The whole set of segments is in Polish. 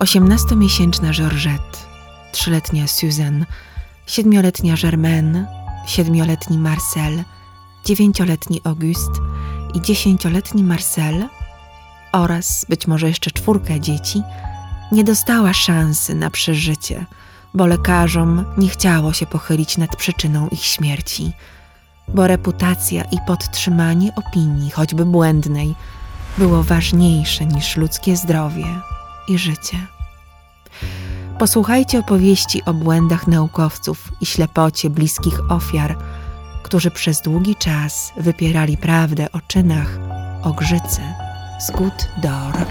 18-miesięczna Georgette, 3-letnia Suzanne, 7-letnia Germaine, 7-letni Marcel, 9-letni Auguste i 10-letni Marcel oraz być może jeszcze 4 dzieci nie dostała szansy na przeżycie, bo lekarzom nie chciało się pochylić nad przyczyną ich śmierci, bo reputacja i podtrzymanie opinii, choćby błędnej, było ważniejsze niż ludzkie zdrowie i życie. Posłuchajcie opowieści o błędach naukowców i ślepocie bliskich ofiar, którzy przez długi czas wypierali prawdę o czynach Ogrzycy z Goutte d'Or.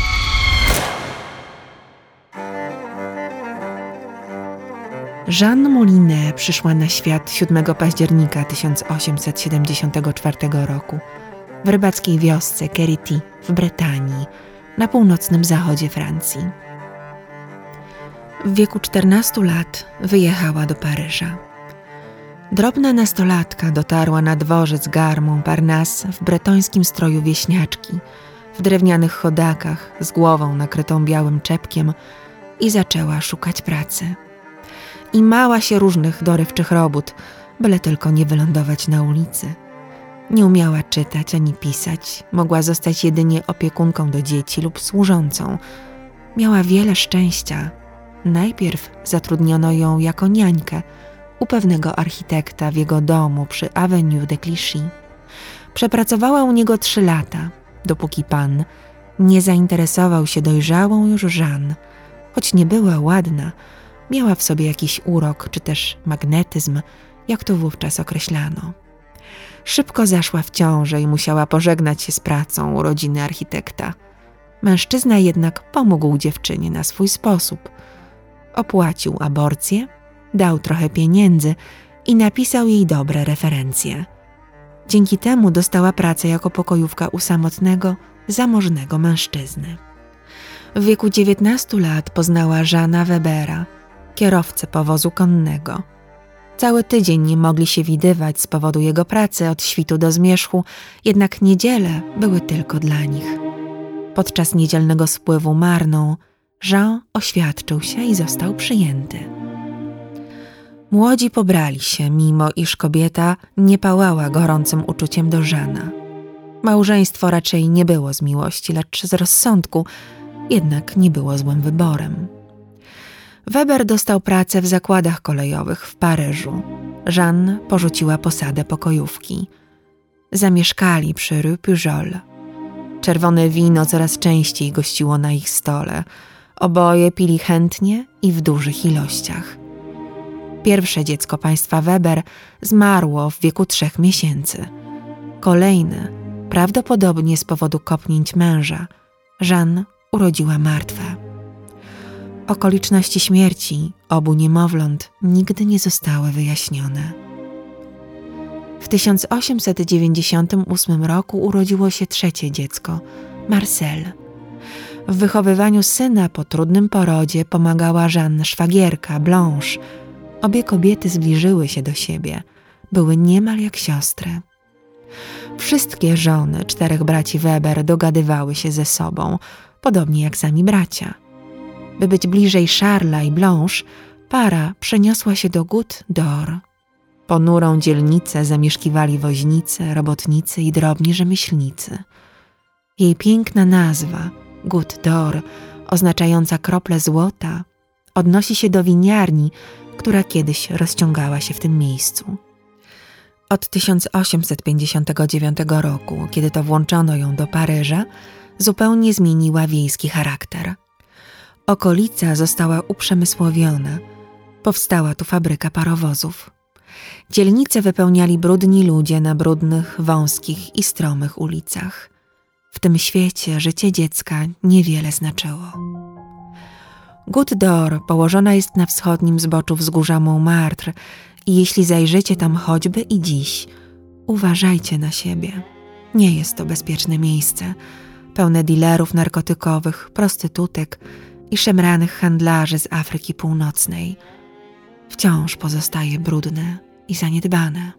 Jeanne Moulinet przyszła na świat 7 października 1874 roku w rybackiej wiosce Quérity w Bretanii, na północnym zachodzie Francji. W wieku 14 lat wyjechała do Paryża. Drobna nastolatka dotarła na dworzec Gare Montparnasse w bretońskim stroju wieśniaczki, w drewnianych chodakach z głową nakrytą białym czepkiem i zaczęła szukać pracy. I mała się różnych dorywczych robót, byle tylko nie wylądować na ulicy. Nie umiała czytać ani pisać, mogła zostać jedynie opiekunką do dzieci lub służącą. Miała wiele szczęścia. Najpierw zatrudniono ją jako niańkę u pewnego architekta w jego domu przy Avenue de Clichy. Przepracowała u niego 3 lata, dopóki pan nie zainteresował się dojrzałą już Jeanne. Choć nie była ładna, miała w sobie jakiś urok czy też magnetyzm, jak to wówczas określano. Szybko zaszła w ciążę i musiała pożegnać się z pracą u rodziny architekta. Mężczyzna jednak pomógł dziewczynie na swój sposób. Opłacił aborcję, dał trochę pieniędzy i napisał jej dobre referencje. Dzięki temu dostała pracę jako pokojówka u samotnego, zamożnego mężczyzny. W wieku 19 lat poznała Jeana Webera, kierowcę powozu konnego. Cały tydzień nie mogli się widywać z powodu jego pracy od świtu do zmierzchu, jednak niedziele były tylko dla nich. Podczas niedzielnego spływu Marną Jean oświadczył się i został przyjęty. Młodzi pobrali się, mimo iż kobieta nie pałała gorącym uczuciem do Jeana. Małżeństwo raczej nie było z miłości, lecz z rozsądku, jednak nie było złym wyborem. Weber dostał pracę w zakładach kolejowych w Paryżu. Jeanne porzuciła posadę pokojówki. Zamieszkali przy Rue Pujol. Czerwone wino coraz częściej gościło na ich stole. Oboje pili chętnie i w dużych ilościach. Pierwsze dziecko państwa Weber zmarło w wieku 3 miesięcy. Kolejne, prawdopodobnie z powodu kopnięć męża, Jeanne urodziła martwe. Okoliczności śmierci obu niemowląt nigdy nie zostały wyjaśnione. W 1898 roku urodziło się 3 dziecko, Marcel. W wychowywaniu syna po trudnym porodzie pomagała Jeanne szwagierka, Blanche. Obie kobiety zbliżyły się do siebie, były niemal jak siostry. Wszystkie żony 4 braci Weber dogadywały się ze sobą, podobnie jak sami bracia. By być bliżej Charlesa i Blanche, para przeniosła się do Goutte d'Or. Ponurą dzielnicę zamieszkiwali woźnicy, robotnicy i drobni rzemieślnicy. Jej piękna nazwa, Goutte d'Or, oznaczająca krople złota, odnosi się do winiarni, która kiedyś rozciągała się w tym miejscu. Od 1859 roku, kiedy to włączono ją do Paryża, zupełnie zmieniła wiejski charakter. Okolica została uprzemysłowiona. Powstała tu fabryka parowozów. Dzielnice wypełniali brudni ludzie na brudnych, wąskich i stromych ulicach. W tym świecie życie dziecka niewiele znaczyło. Goutte d'Or położona jest na wschodnim zboczu wzgórza Montmartre i jeśli zajrzycie tam choćby i dziś, uważajcie na siebie. Nie jest to bezpieczne miejsce, pełne dealerów narkotykowych, prostytutek i szemranych handlarzy z Afryki Północnej. Wciąż pozostaje brudne i zaniedbane.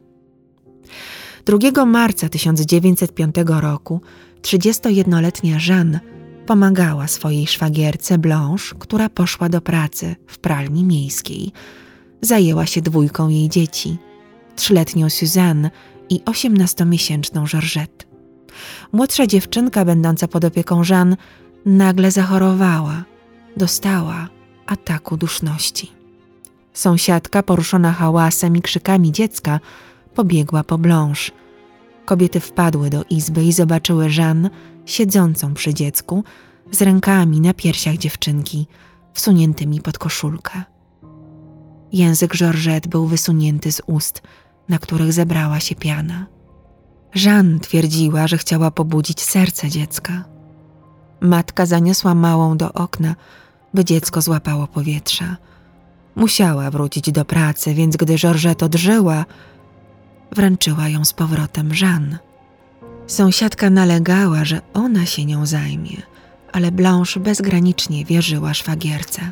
2 marca 1905 roku 31-letnia Jeanne Pomagała swojej szwagierce Blanche, która poszła do pracy w pralni miejskiej. Zajęła się 2 jej dzieci, 3-letnią Suzanne i 18-miesięczną Georgette. Młodsza dziewczynka, będąca pod opieką Jeanne, nagle zachorowała. Dostała ataku duszności. Sąsiadka, poruszona hałasem i krzykami dziecka, pobiegła po Blanche. Kobiety wpadły do izby i zobaczyły Jeanne siedzącą przy dziecku z rękami na piersiach dziewczynki, wsuniętymi pod koszulkę. Język Georgette był wysunięty z ust, na których zebrała się piana. Jeanne twierdziła, że chciała pobudzić serce dziecka. Matka zaniosła małą do okna, by dziecko złapało powietrza. Musiała wrócić do pracy, więc gdy Georgette odżyła, wręczyła ją z powrotem Jeanne. Sąsiadka nalegała, że ona się nią zajmie, ale Blanche bezgranicznie wierzyła szwagierce.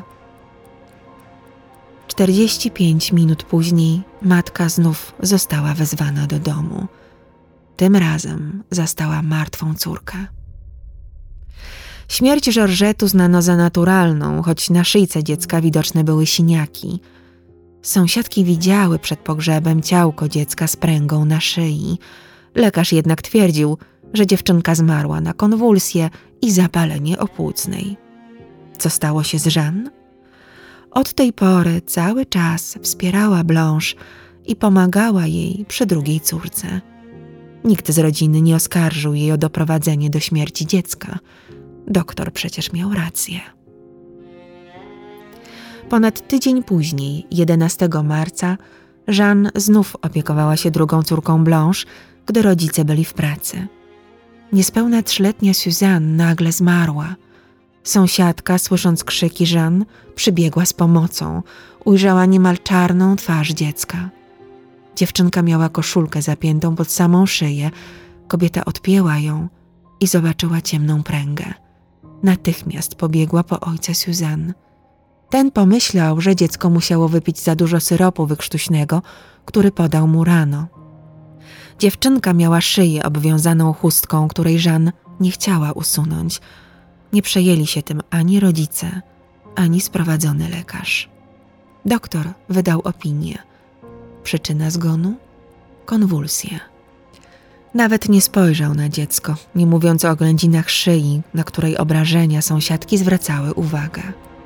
45 minut później matka znów została wezwana do domu. Tym razem zastała martwą córkę. Śmierć Georgette uznano za naturalną, choć na szyjce dziecka widoczne były siniaki. Sąsiadki widziały przed pogrzebem ciałko dziecka z pręgą na szyi. Lekarz jednak twierdził, że dziewczynka zmarła na konwulsję i zapalenie opłucnej. Co stało się z Jeanne? Od tej pory cały czas wspierała Blanche i pomagała jej przy drugiej córce. Nikt z rodziny nie oskarżył jej o doprowadzenie do śmierci dziecka. Doktor przecież miał rację. Ponad tydzień później, 11 marca, Jeanne znów opiekowała się drugą córką Blanche, gdy rodzice byli w pracy. Niespełna 3-letnia Suzanne nagle zmarła. Sąsiadka, słysząc krzyki Jeanne, przybiegła z pomocą. Ujrzała niemal czarną twarz dziecka. Dziewczynka miała koszulkę zapiętą pod samą szyję. Kobieta odpięła ją i zobaczyła ciemną pręgę. Natychmiast pobiegła po ojca Suzanne. Ten pomyślał, że dziecko musiało wypić za dużo syropu wykrztuśnego, który podał mu rano. Dziewczynka miała szyję obwiązaną chustką, której Jeanne nie chciała usunąć. Nie przejęli się tym ani rodzice, ani sprowadzony lekarz. Doktor wydał opinię. Przyczyna zgonu? Konwulsje. Nawet nie spojrzał na dziecko, nie mówiąc o oględzinach szyi, na której obrażenia sąsiadki zwracały uwagę.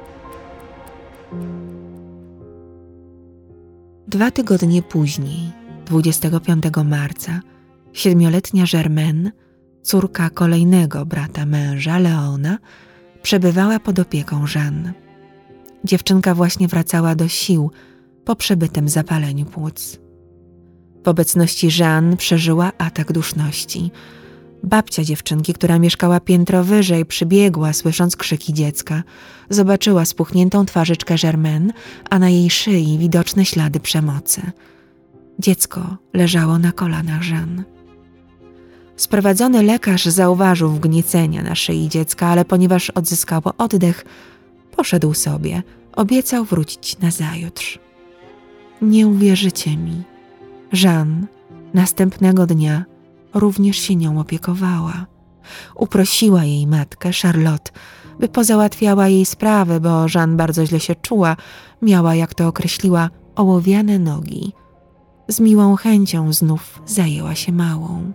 2 tygodnie później, 25 marca, 7-letnia Germaine, córka kolejnego brata męża, Leona, przebywała pod opieką Jeanne. Dziewczynka właśnie wracała do sił po przebytym zapaleniu płuc. W obecności Jeanne przeżyła atak duszności. Babcia dziewczynki, która mieszkała piętro wyżej, przybiegła, słysząc krzyki dziecka. Zobaczyła spuchniętą twarzyczkę Germaine, a na jej szyi widoczne ślady przemocy. Dziecko leżało na kolanach Jeanne. Sprowadzony lekarz zauważył wgniecenia na szyi dziecka, ale ponieważ odzyskało oddech, poszedł sobie. Obiecał wrócić nazajutrz. Nie uwierzycie mi. Jeanne następnego dnia również się nią opiekowała. Uprosiła jej matkę, Charlotte, by pozałatwiała jej sprawy, bo Jeanne bardzo źle się czuła, miała, jak to określiła, ołowiane nogi. Z miłą chęcią znów zajęła się małą.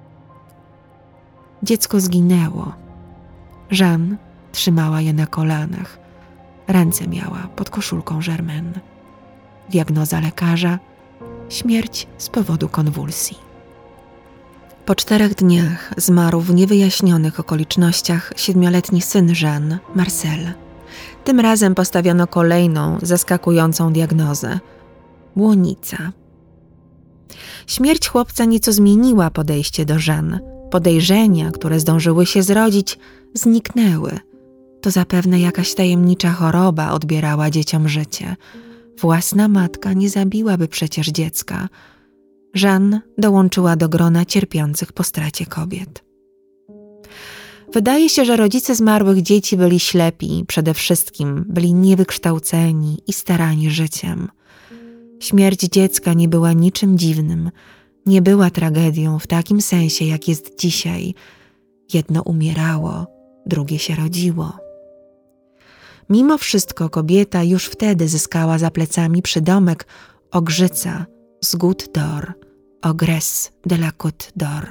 Dziecko zginęło. Jeanne trzymała je na kolanach. Ręce miała pod koszulką Germaine. Diagnoza lekarza: śmierć z powodu konwulsji. Po 4 dniach zmarł w niewyjaśnionych okolicznościach 7-letni syn Jeanne, Marcel. Tym razem postawiono kolejną, zaskakującą diagnozę: błonica. Śmierć chłopca nieco zmieniła podejście do Jeanne. Podejrzenia, które zdążyły się zrodzić, zniknęły. To zapewne jakaś tajemnicza choroba odbierała dzieciom życie. Własna matka nie zabiłaby przecież dziecka. Jeanne dołączyła do grona cierpiących po stracie kobiet. Wydaje się, że rodzice zmarłych dzieci byli ślepi, przede wszystkim byli niewykształceni i starani życiem. Śmierć dziecka nie była niczym dziwnym, nie była tragedią w takim sensie, jak jest dzisiaj. Jedno umierało, drugie się rodziło. Mimo wszystko kobieta już wtedy zyskała za plecami przydomek Ogrzyca z Goutte d'Or, Ogresse de la Côte d'Or.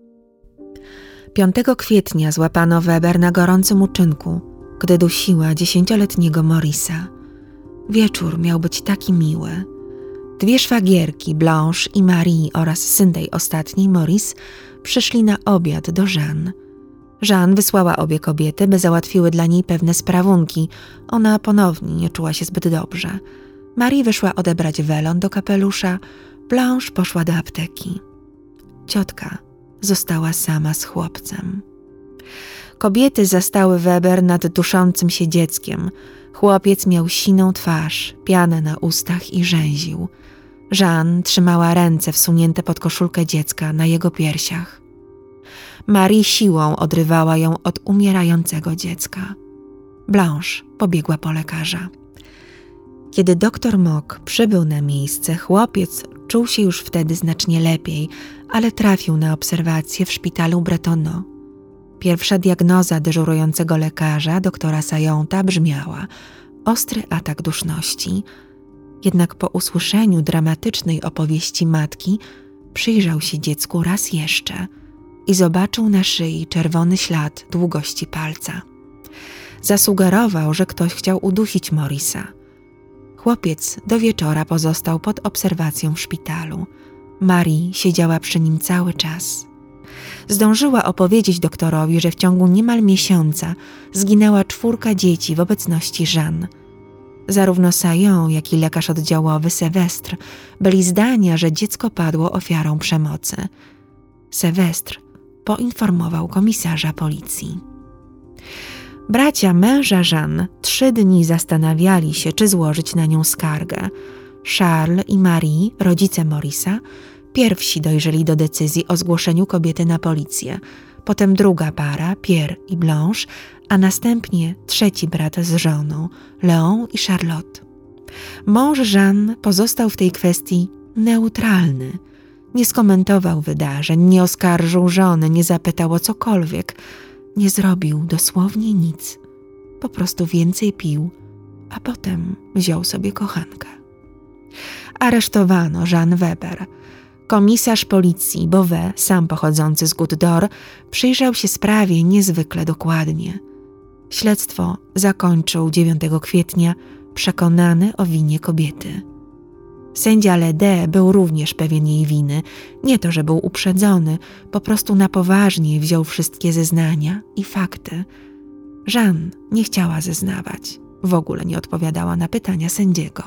5 kwietnia złapano Weber na gorącym uczynku, gdy dusiła 10-letniego Maurice'a. Wieczór miał być taki miły. 2 szwagierki, Blanche i Marie oraz syn tej ostatniej, Maurice, przyszli na obiad do Jeanne. Jeanne wysłała obie kobiety, by załatwiły dla niej pewne sprawunki. Ona ponownie nie czuła się zbyt dobrze. Marie wyszła odebrać welon do kapelusza, Blanche poszła do apteki. Ciotka została sama z chłopcem. Kobiety zastały Weber nad duszącym się dzieckiem. Chłopiec miał siną twarz, pianę na ustach i rzęził. Jeanne trzymała ręce wsunięte pod koszulkę dziecka na jego piersiach. Marie siłą odrywała ją od umierającego dziecka. Blanche pobiegła po lekarza. Kiedy doktor Mock przybył na miejsce, chłopiec czuł się już wtedy znacznie lepiej, ale trafił na obserwację w szpitalu Bretonneau. Pierwsza diagnoza dyżurującego lekarza, doktora Sajonta, brzmiała: ostry atak duszności. Jednak po usłyszeniu dramatycznej opowieści matki przyjrzał się dziecku raz jeszcze i zobaczył na szyi czerwony ślad długości palca. Zasugerował, że ktoś chciał udusić Maurice'a. Chłopiec do wieczora pozostał pod obserwacją w szpitalu. Marie siedziała przy nim cały czas. Zdążyła opowiedzieć doktorowi, że w ciągu niemal miesiąca zginęła 4 dzieci w obecności Jeanne. Zarówno Sajon, jak i lekarz oddziałowy Sylwestre byli zdania, że dziecko padło ofiarą przemocy. Sylwestre poinformował komisarza policji. Bracia męża Jeanne 3 dni zastanawiali się, czy złożyć na nią skargę. Charles i Marie, rodzice Maurice'a, pierwsi dojrzeli do decyzji o zgłoszeniu kobiety na policję, potem druga para, Pierre i Blanche, a następnie 3 brat z żoną, Léon i Charlotte. Mąż Jeanne pozostał w tej kwestii neutralny. Nie skomentował wydarzeń, nie oskarżył żony, nie zapytał o cokolwiek. Nie zrobił dosłownie nic. Po prostu więcej pił, a potem wziął sobie kochankę. Aresztowano Jeanne Weber. Komisarz policji Beauvais, sam pochodzący z Goutte d'Or, przyjrzał się sprawie niezwykle dokładnie. Śledztwo zakończył 9 kwietnia, przekonany o winie kobiety. Sędzia Lede był również pewien jej winy. Nie to, że był uprzedzony, po prostu na poważnie wziął wszystkie zeznania i fakty. Jeanne nie chciała zeznawać. W ogóle nie odpowiadała na pytania sędziego.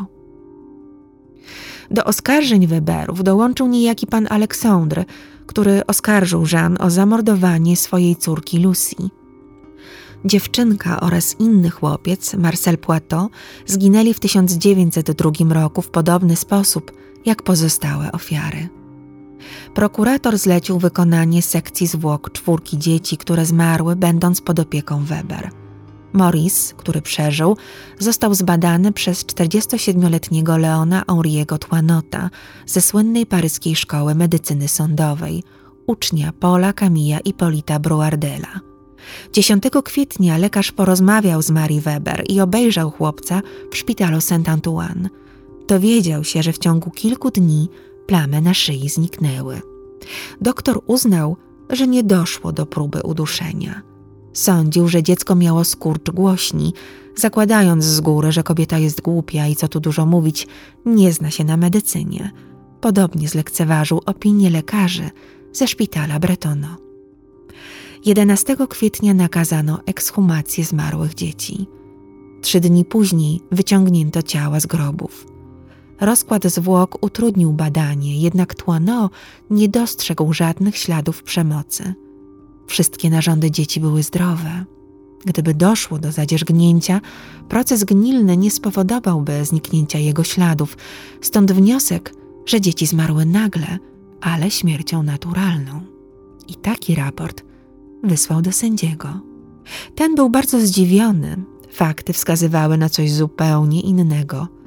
Do oskarżeń Weberów dołączył niejaki pan Aleksandre, który oskarżył Jeanne o zamordowanie swojej córki Lucy. Dziewczynka oraz inny chłopiec, Marcel Poitot, zginęli w 1902 roku w podobny sposób jak pozostałe ofiary. Prokurator zlecił wykonanie sekcji zwłok 4 dzieci, które zmarły, będąc pod opieką Weber. Maurice, który przeżył, został zbadany przez 47-letniego Leona Henriego Toinota ze słynnej paryskiej szkoły medycyny sądowej, ucznia Paula Camilla Hippolyta Brouardela. 10 kwietnia lekarz porozmawiał z Marie Weber i obejrzał chłopca w szpitalu Saint-Antoine. Dowiedział się, że w ciągu kilku dni plamy na szyi zniknęły. Doktor uznał, że nie doszło do próby uduszenia. Sądził, że dziecko miało skurcz głośni, zakładając z góry, że kobieta jest głupia i co tu dużo mówić, nie zna się na medycynie. Podobnie zlekceważył opinię lekarzy ze szpitala Bretonneau. 11 kwietnia nakazano ekshumację zmarłych dzieci. 3 dni później wyciągnięto ciała z grobów. Rozkład zwłok utrudnił badanie, jednak Toinot nie dostrzegł żadnych śladów przemocy. Wszystkie narządy dzieci były zdrowe. Gdyby doszło do zadzierzgnięcia, proces gnilny nie spowodowałby zniknięcia jego śladów, stąd wniosek, że dzieci zmarły nagle, ale śmiercią naturalną. I taki raport wysłał do sędziego. Ten był bardzo zdziwiony. Fakty wskazywały na coś zupełnie innego.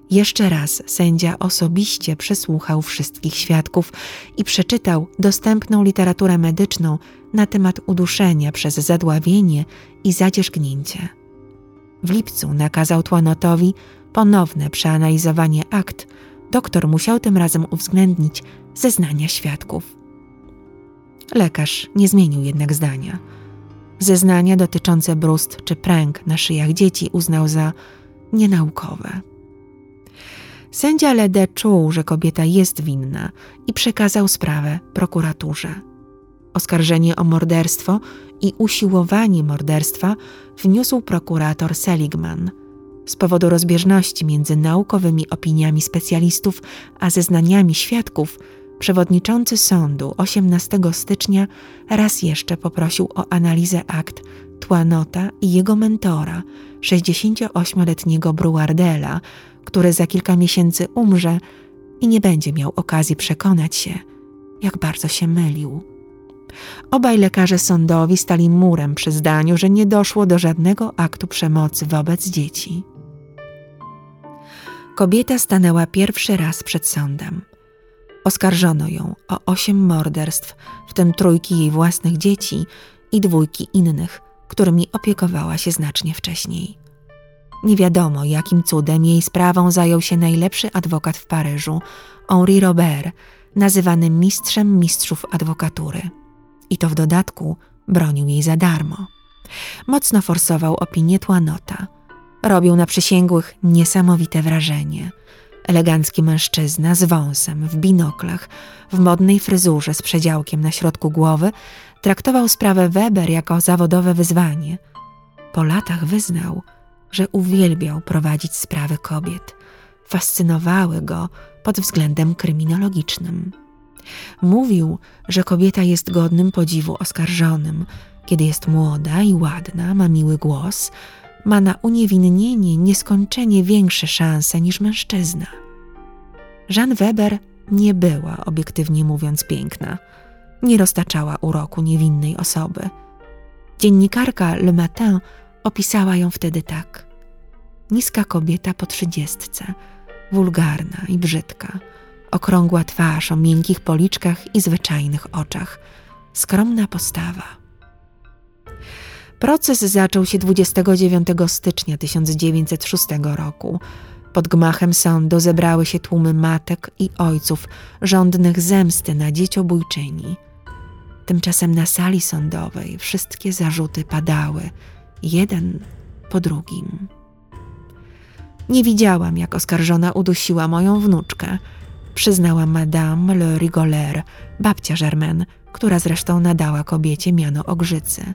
Jeszcze raz sędzia osobiście przesłuchał wszystkich świadków i przeczytał dostępną literaturę medyczną na temat uduszenia przez zadławienie i zadzierzgnięcie. W lipcu nakazał Toinotowi ponowne przeanalizowanie akt. Doktor musiał tym razem uwzględnić zeznania świadków. Lekarz nie zmienił jednak zdania. Zeznania dotyczące brust czy pręg na szyjach dzieci uznał za nienaukowe. Sędzia Lede czuł, że kobieta jest winna i przekazał sprawę prokuraturze. Oskarżenie o morderstwo i usiłowanie morderstwa wniósł prokurator Seligman. Z powodu rozbieżności między naukowymi opiniami specjalistów a zeznaniami świadków, przewodniczący sądu 18 stycznia raz jeszcze poprosił o analizę akt Toinota i jego mentora, 68-letniego Brouardela, który za kilka miesięcy umrze i nie będzie miał okazji przekonać się, jak bardzo się mylił. Obaj lekarze sądowi stali murem przy zdaniu, że nie doszło do żadnego aktu przemocy wobec dzieci. Kobieta stanęła pierwszy raz przed sądem. Oskarżono ją o 8 morderstw, w tym 3 jej własnych dzieci i 2 innych, którymi opiekowała się znacznie wcześniej. Nie wiadomo, jakim cudem jej sprawą zajął się najlepszy adwokat w Paryżu, Henri Robert, nazywany mistrzem mistrzów adwokatury. I to w dodatku bronił jej za darmo. Mocno forsował opinię Toinota. Robił na przysięgłych niesamowite wrażenie. Elegancki mężczyzna z wąsem, w binoklach, w modnej fryzurze z przedziałkiem na środku głowy traktował sprawę Weber jako zawodowe wyzwanie. Po latach wyznał, że uwielbiał prowadzić sprawy kobiet. Fascynowały go pod względem kryminologicznym. Mówił, że kobieta jest godnym podziwu oskarżonym, kiedy jest młoda i ładna, ma miły głos, ma na uniewinnienie nieskończenie większe szanse niż mężczyzna. Jeanne Weber nie była, obiektywnie mówiąc, piękna. Nie roztaczała uroku niewinnej osoby. Dziennikarka Le Matin opisała ją wtedy tak. Niska kobieta po 30, wulgarna i brzydka, okrągła twarz o miękkich policzkach i zwyczajnych oczach, skromna postawa. Proces zaczął się 29 stycznia 1906 roku. Pod gmachem sądu zebrały się tłumy matek i ojców żądnych zemsty na dzieciobójczyni. Tymczasem na sali sądowej wszystkie zarzuty padały, jeden po drugim. Nie widziałam, jak oskarżona udusiła moją wnuczkę, przyznała Madame Le Rigolard, babcia Germaine, która zresztą nadała kobiecie miano Ogrzycy.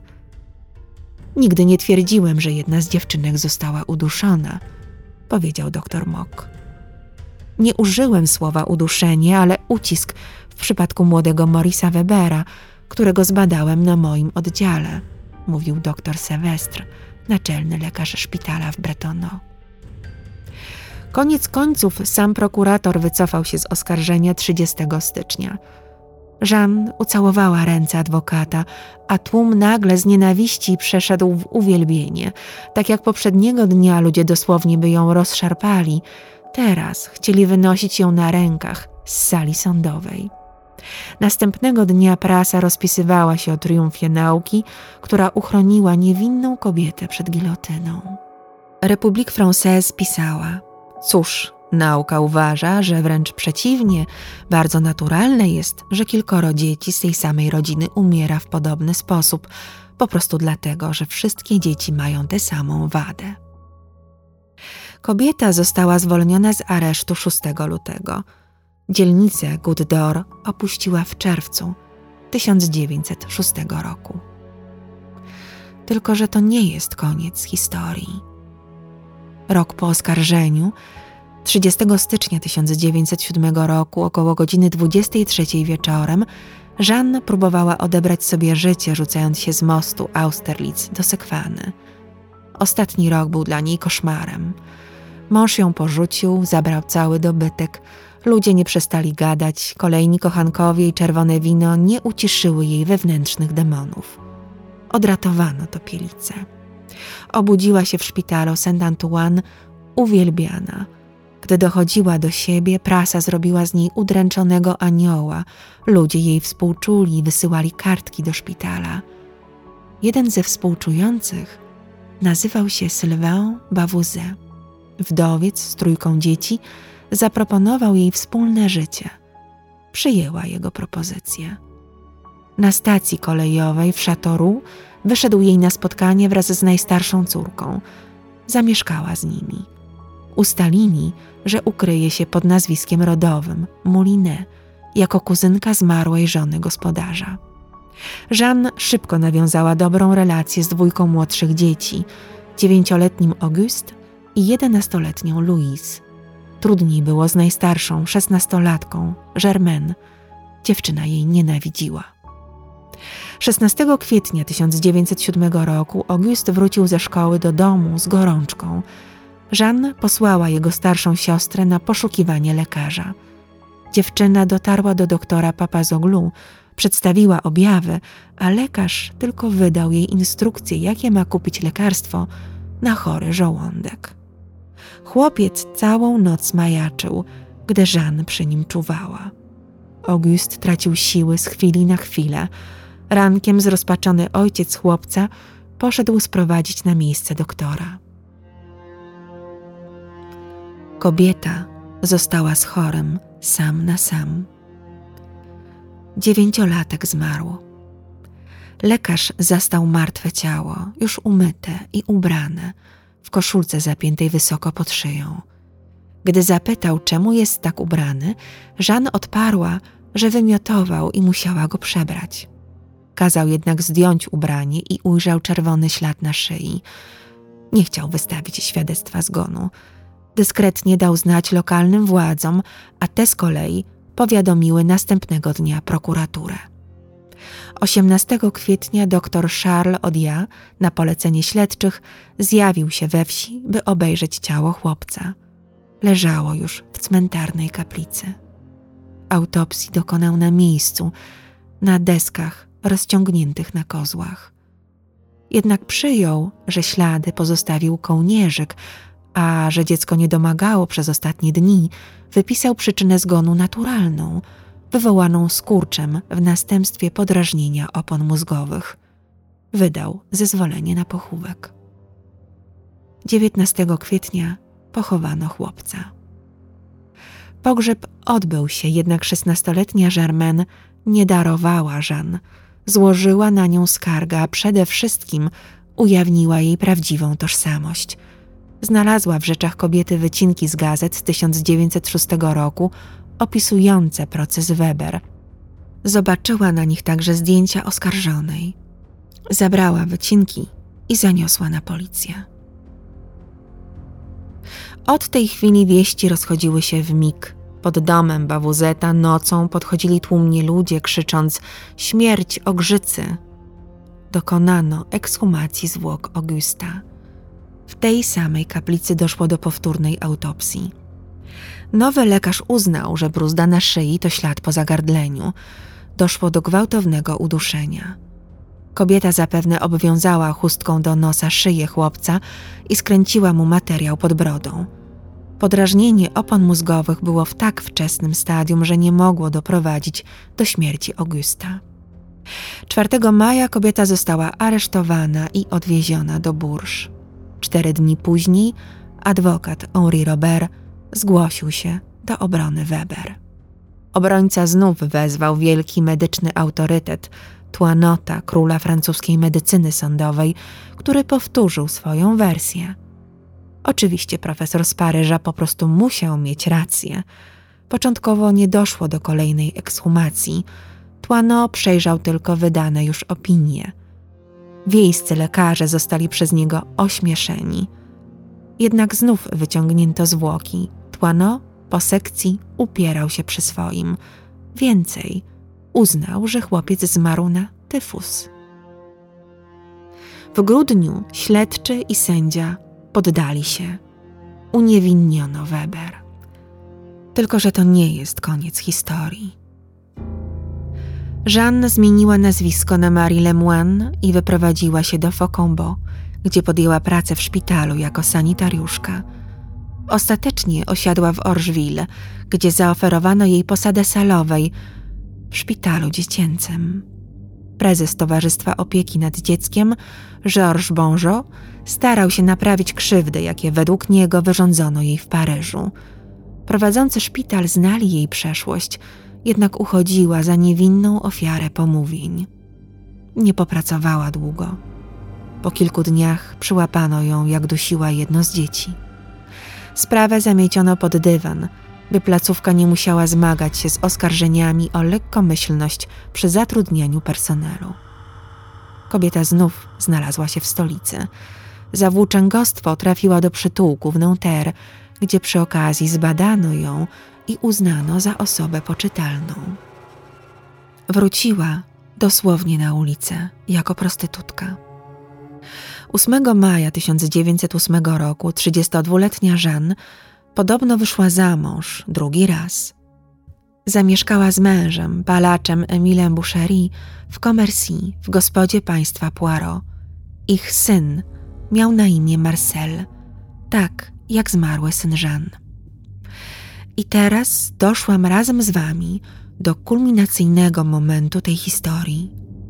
Nigdy nie twierdziłem, że jedna z dziewczynek została uduszona, powiedział dr Mock. Nie użyłem słowa uduszenie, ale ucisk w przypadku młodego Maurice'a Webera, którego zbadałem na moim oddziale, mówił dr Sylwestre, naczelny lekarz szpitala w Bretonneau. Koniec końców sam prokurator wycofał się z oskarżenia 30 stycznia. Jeanne ucałowała ręce adwokata, a tłum nagle z nienawiści przeszedł w uwielbienie. Tak jak poprzedniego dnia ludzie dosłownie by ją rozszarpali, teraz chcieli wynosić ją na rękach z sali sądowej. Następnego dnia prasa rozpisywała się o triumfie nauki, która uchroniła niewinną kobietę przed gilotyną. République Française pisała: cóż, nauka uważa, że wręcz przeciwnie, bardzo naturalne jest, że kilkoro dzieci z tej samej rodziny umiera w podobny sposób, po prostu dlatego, że wszystkie dzieci mają tę samą wadę. Kobieta została zwolniona z aresztu 6 lutego. Dzielnicę Goutte d'Or opuściła w czerwcu 1906 roku. Tylko że to nie jest koniec historii. Rok po oskarżeniu, 30 stycznia 1907 roku, około godziny 23 wieczorem, Jeanne próbowała odebrać sobie życie, rzucając się z mostu Austerlitz do Sekwany. Ostatni rok był dla niej koszmarem. Mąż ją porzucił, zabrał cały dobytek, ludzie nie przestali gadać, kolejni kochankowie i czerwone wino nie uciszyły jej wewnętrznych demonów. Odratowano topielicę. Obudziła się w szpitalu Saint-Antoine, uwielbiana. Gdy dochodziła do siebie, prasa zrobiła z niej udręczonego anioła. Ludzie jej współczuli i wysyłali kartki do szpitala. Jeden ze współczujących nazywał się Sylvain Bavouzet. Wdowiec z 3 dzieci zaproponował jej wspólne życie. Przyjęła jego propozycję. Na stacji kolejowej w Châteauroux wyszedł jej na spotkanie wraz z najstarszą córką. Zamieszkała z nimi. Ustalili, że ukryje się pod nazwiskiem rodowym Moulinet jako kuzynka zmarłej żony gospodarza. Jeanne szybko nawiązała dobrą relację z 2 młodszych dzieci, 9-letnim Auguste i 11-letnią Louise. Trudniej było z najstarszą, 16-latką, Germaine. Dziewczyna jej nienawidziła. 16 kwietnia 1907 roku Auguste wrócił ze szkoły do domu z gorączką. Jeanne posłała jego starszą siostrę na poszukiwanie lekarza. Dziewczyna dotarła do doktora Papazoglou, przedstawiła objawy, a lekarz tylko wydał jej instrukcje, jakie ma kupić lekarstwo na chory żołądek. Chłopiec całą noc majaczył, gdy Jeanne przy nim czuwała. Auguste tracił siły z chwili na chwilę. Rankiem zrozpaczony ojciec chłopca poszedł sprowadzić na miejsce doktora. Kobieta została z chorym sam na sam. 9-latek zmarł. Lekarz zastał martwe ciało, już umyte i ubrane, w koszulce zapiętej wysoko pod szyją. Gdy zapytał, czemu jest tak ubrany, Jeanne odparła, że wymiotował i musiała go przebrać. Kazał jednak zdjąć ubranie i ujrzał czerwony ślad na szyi. Nie chciał wystawić świadectwa zgonu. Dyskretnie dał znać lokalnym władzom, a te z kolei powiadomiły następnego dnia prokuraturę. 18 kwietnia dr Charles Odiat na polecenie śledczych zjawił się we wsi, by obejrzeć ciało chłopca. Leżało już w cmentarnej kaplicy. Autopsji dokonał na miejscu, na deskach rozciągniętych na kozłach. Jednak przyjął, że ślady pozostawił kołnierzyk, a że dziecko nie domagało przez ostatnie dni, wypisał przyczynę zgonu naturalną, wywołaną skurczem w następstwie podrażnienia opon mózgowych. Wydał zezwolenie na pochówek. 19 kwietnia pochowano chłopca. Pogrzeb odbył się, jednak 16-letnia Germaine nie darowała Jeanne. Złożyła na nią skargę, a przede wszystkim ujawniła jej prawdziwą tożsamość. Znalazła w rzeczach kobiety wycinki z gazet z 1906 roku opisujące proces Weber. Zobaczyła na nich także zdjęcia oskarżonej. Zabrała wycinki i zaniosła na policję. Od tej chwili wieści rozchodziły się w mig. Pod domem Bavouzeta nocą podchodzili tłumnie ludzie, krzycząc: śmierć Ogrzycy! Dokonano ekshumacji zwłok Augusta. W tej samej kaplicy doszło do powtórnej autopsji. Nowy lekarz uznał, że bruzda na szyi to ślad po zagardleniu. Doszło do gwałtownego uduszenia. Kobieta zapewne obwiązała chustką do nosa szyję chłopca i skręciła mu materiał pod brodą. Podrażnienie opon mózgowych było w tak wczesnym stadium, że nie mogło doprowadzić do śmierci Augusta. 4 maja kobieta została aresztowana i odwieziona do Bourges. 4 dni później adwokat Henri Robert zgłosił się do obrony Weber. Obrońca znów wezwał wielki medyczny autorytet, Toinota, króla francuskiej medycyny sądowej, który powtórzył swoją wersję. Oczywiście profesor z Paryża po prostu musiał mieć rację. Początkowo nie doszło do kolejnej ekshumacji. Toinot przejrzał tylko wydane już opinie. Wiejscy lekarze zostali przez niego ośmieszeni. Jednak znów wyciągnięto zwłoki. Toinot po sekcji upierał się przy swoim. Więcej, uznał, że chłopiec zmarł na tyfus. W grudniu śledczy i sędzia poddali się. Uniewinniono Weber. Tylko że to nie jest koniec historii. Jeanne zmieniła nazwisko na Marie Lemoine i wyprowadziła się do Faucombeau, gdzie podjęła pracę w szpitalu jako sanitariuszka. Ostatecznie osiadła w Orgeville, gdzie zaoferowano jej posadę salowej w szpitalu dziecięcym. Prezes Towarzystwa Opieki nad Dzieckiem, Georges Bonjot, starał się naprawić krzywdy, jakie według niego wyrządzono jej w Paryżu. Prowadzący szpital znali jej przeszłość, jednak uchodziła za niewinną ofiarę pomówień. Nie popracowała długo. Po kilku dniach przyłapano ją, jak dusiła jedno z dzieci. Sprawę zamieciono pod dywan, by placówka nie musiała zmagać się z oskarżeniami o lekkomyślność przy zatrudnianiu personelu. Kobieta znów znalazła się w stolicy. Za włóczęgostwo trafiła do przytułku w Nanterre, gdzie przy okazji zbadano ją i uznano za osobę poczytalną. Wróciła dosłownie na ulicę jako prostytutka. 8 maja 1908 roku 32-letnia Jeanne podobno wyszła za mąż drugi raz. Zamieszkała z mężem, palaczem Emilem Boucherie w Commercy w gospodzie państwa Poirot. Ich syn miał na imię Marcel, tak jak zmarły syn Jeanne. I teraz doszłam razem z wami do kulminacyjnego momentu tej historii.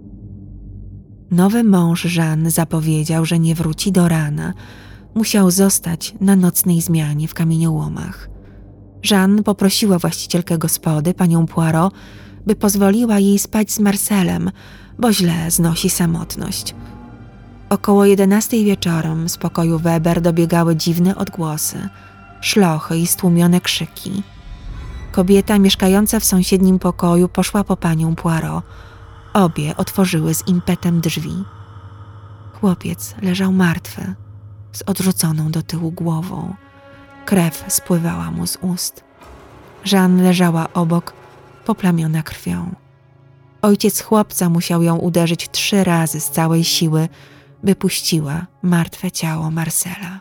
Nowy mąż Jeanne zapowiedział, że nie wróci do rana. Musiał zostać na nocnej zmianie w kamieniołomach. Jeanne poprosiła właścicielkę gospody, panią Poirot, by pozwoliła jej spać z Marcelem, bo źle znosi samotność. Około 11 wieczorem z pokoju Weber dobiegały dziwne odgłosy, szlochy i stłumione krzyki. Kobieta mieszkająca w sąsiednim pokoju poszła po panią Poirot. Obie otworzyły z impetem drzwi. Chłopiec leżał martwy, z odrzuconą do tyłu głową. Krew spływała mu z ust. Jeanne leżała obok, poplamiona krwią. Ojciec chłopca musiał ją uderzyć 3 razy z całej siły, by puściła martwe ciało Marcela.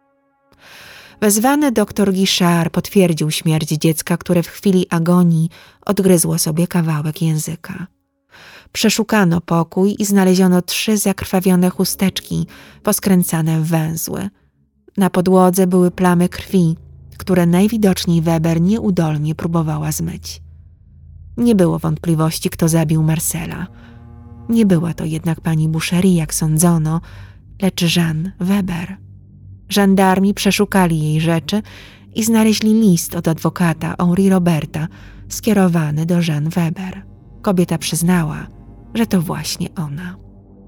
Wezwany doktor Guichard potwierdził śmierć dziecka, które w chwili agonii odgryzło sobie kawałek języka. Przeszukano pokój i znaleziono 3 zakrwawione chusteczki poskręcane w węzły. Na podłodze były plamy krwi, które najwidoczniej Weber nieudolnie próbowała zmyć. Nie było wątpliwości, kto zabił Marcela. Nie była to jednak pani Boucherie, jak sądzono, lecz Jeanne Weber. Żandarmi przeszukali jej rzeczy i znaleźli list od adwokata Henri Roberta skierowany do Jeanne Weber. Kobieta przyznała, że to właśnie ona.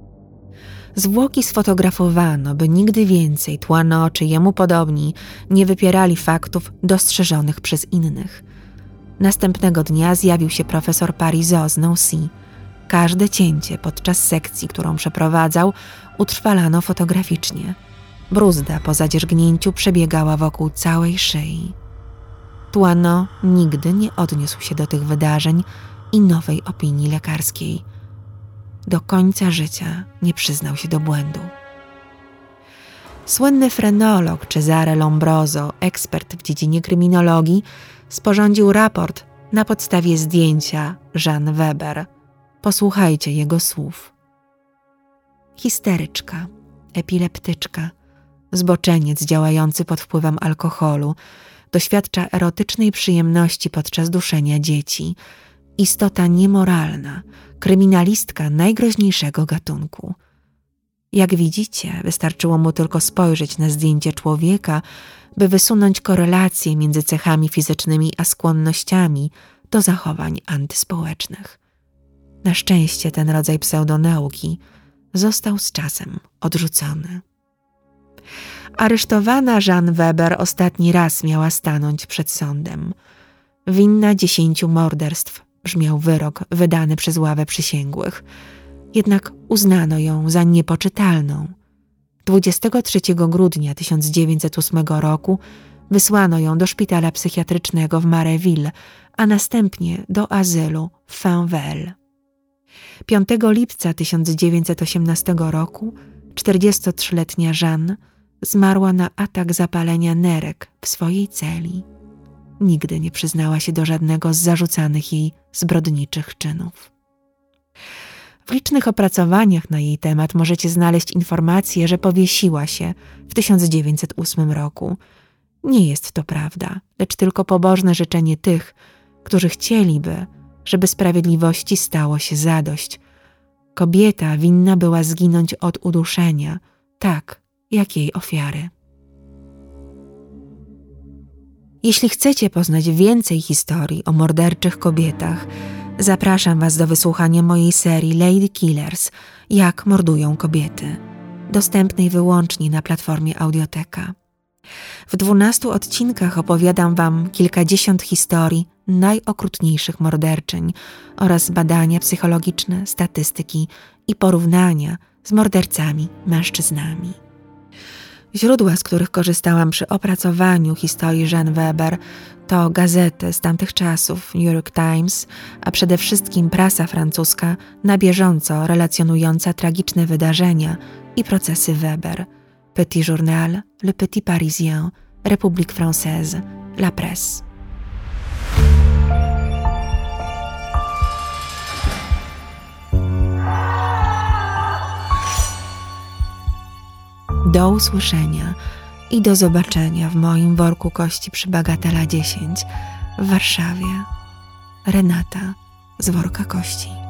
Zwłoki sfotografowano, by nigdy więcej Thoinot czy jemu podobni nie wypierali faktów dostrzeżonych przez innych. Następnego dnia zjawił się profesor Parisot z Nancy. Każde cięcie podczas sekcji, którą przeprowadzał, utrwalano fotograficznie. Bruzda po zadzierzgnięciu przebiegała wokół całej szyi. Thoinot nigdy nie odniósł się do tych wydarzeń i nowej opinii lekarskiej. Do końca życia nie przyznał się do błędu. Słynny frenolog Cesare Lombroso, ekspert w dziedzinie kryminologii, sporządził raport na podstawie zdjęcia Jeanne Weber. Posłuchajcie jego słów. Histeryczka, epileptyczka, zboczeniec działający pod wpływem alkoholu, doświadcza erotycznej przyjemności podczas duszenia dzieci, istota niemoralna, kryminalistka najgroźniejszego gatunku. Jak widzicie, wystarczyło mu tylko spojrzeć na zdjęcie człowieka, by wysunąć korelację między cechami fizycznymi a skłonnościami do zachowań antyspołecznych. Na szczęście ten rodzaj pseudonauki został z czasem odrzucony. Aresztowana Jeanne Weber ostatni raz miała stanąć przed sądem. Winna 10 morderstw, brzmiał wyrok wydany przez ławę przysięgłych. Jednak uznano ją za niepoczytalną. 23 grudnia 1908 roku wysłano ją do szpitala psychiatrycznego w Maréville, a następnie do azylu w Faenvel. 5 lipca 1918 roku 43-letnia Jeanne zmarła na atak zapalenia nerek w swojej celi. Nigdy nie przyznała się do żadnego z zarzucanych jej zbrodniczych czynów. W licznych opracowaniach na jej temat możecie znaleźć informację, że powiesiła się w 1908 roku. Nie jest to prawda, lecz tylko pobożne życzenie tych, którzy chcieliby, żeby sprawiedliwości stało się zadość. Kobieta winna była zginąć od uduszenia, tak jak jej ofiary. Jeśli chcecie poznać więcej historii o morderczych kobietach, zapraszam Was do wysłuchania mojej serii Lady Killers – Jak mordują kobiety, dostępnej wyłącznie na platformie Audioteka. W 12 odcinkach opowiadam Wam kilkadziesiąt historii najokrutniejszych morderczyń oraz badania psychologiczne, statystyki i porównania z mordercami mężczyznami. Źródła, z których korzystałam przy opracowaniu historii Jean Weber, to gazety z tamtych czasów, New York Times, a przede wszystkim prasa francuska na bieżąco relacjonująca tragiczne wydarzenia i procesy Weber, Petit Journal, Le Petit Parisien, République Française, La Presse. Do usłyszenia i do zobaczenia w moim worku kości przy Bagatela 10 w Warszawie. Renata z worka kości.